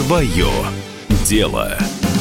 Свое дело.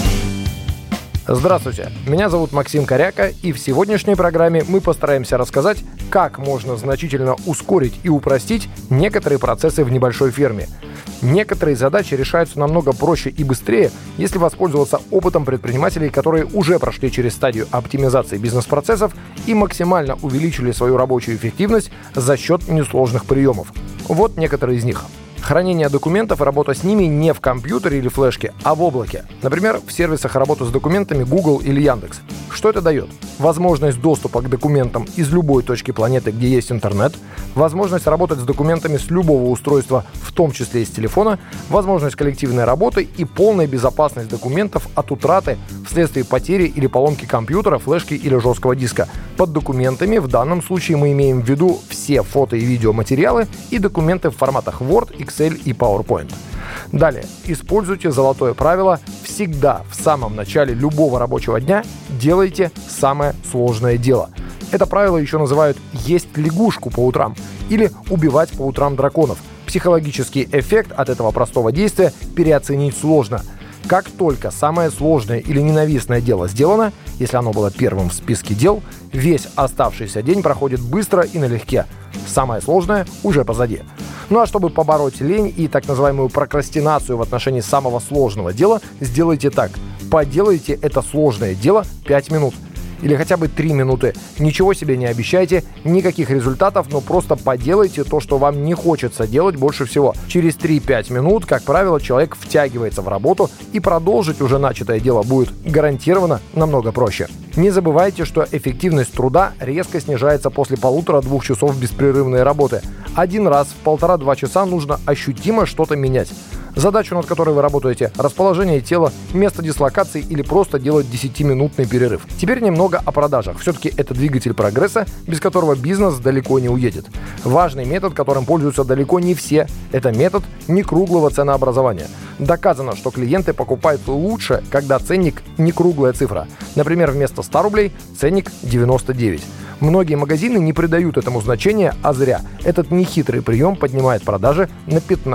Здравствуйте, меня зовут Максим Коряка, и в сегодняшней программе мы постараемся рассказать, как можно значительно ускорить и упростить некоторые процессы в небольшой фирме. Некоторые задачи решаются намного проще и быстрее, если воспользоваться опытом предпринимателей, которые уже прошли через стадию оптимизации бизнес-процессов и максимально увеличили свою рабочую эффективность за счет несложных приемов. Вот некоторые из них. Хранение документов и работа с ними не в компьютере или флешке, а в облаке. Например, в сервисах работы с документами Google или Яндекс. Что это дает? Возможность доступа к документам из любой точки планеты, где есть интернет, возможность работать с документами с любого устройства, в том числе из телефона, возможность коллективной работы и полная безопасность документов от утраты вследствие потери или поломки компьютера, флешки или жесткого диска. Под документами в данном случае мы имеем в виду все фото и видеоматериалы и документы в форматах Word, Excel и PowerPoint. Далее, используйте золотое правило: всегда в самом начале любого рабочего дня делайте самое сложное дело. Это правило еще называют «есть лягушку по утрам» или «убивать по утрам драконов». Психологический эффект от этого простого действия переоценить сложно. Как только самое сложное или ненавистное дело сделано, если оно было первым в списке дел, весь оставшийся день проходит быстро и налегке. Самое сложное уже позади. Ну а чтобы побороть лень и так называемую прокрастинацию в отношении самого сложного дела, сделайте так. Поделайте это сложное дело 5 минут. Или хотя бы 3 минуты. Ничего себе не обещайте, никаких результатов, но просто поделайте то, что вам не хочется делать больше всего. Через 3-5 минут, как правило, человек втягивается в работу, и продолжить уже начатое дело будет гарантированно намного проще. Не забывайте, что эффективность труда резко снижается после 1,5-2 часов беспрерывной работы. Один раз в 1,5-2 часа нужно ощутимо что-то менять. Задачу, над которой вы работаете, расположение тела, место дислокации или просто делать 10-минутный перерыв. Теперь немного о продажах. Все-таки это двигатель прогресса, без которого бизнес далеко не уедет. Важный метод, которым пользуются далеко не все, это метод некруглого ценообразования. Доказано, что клиенты покупают лучше, когда ценник не круглая цифра. Например, вместо 100 рублей ценник 99. Многие магазины не придают этому значения, а зря. Этот нехитрый прием поднимает продажи на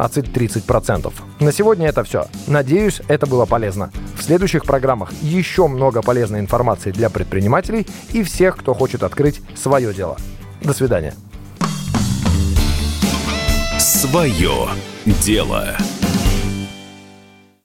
15-30%. На сегодня это все. Надеюсь, это было полезно. В следующих программах еще много полезной информации для предпринимателей и всех, кто хочет открыть свое дело. До свидания. Свое дело.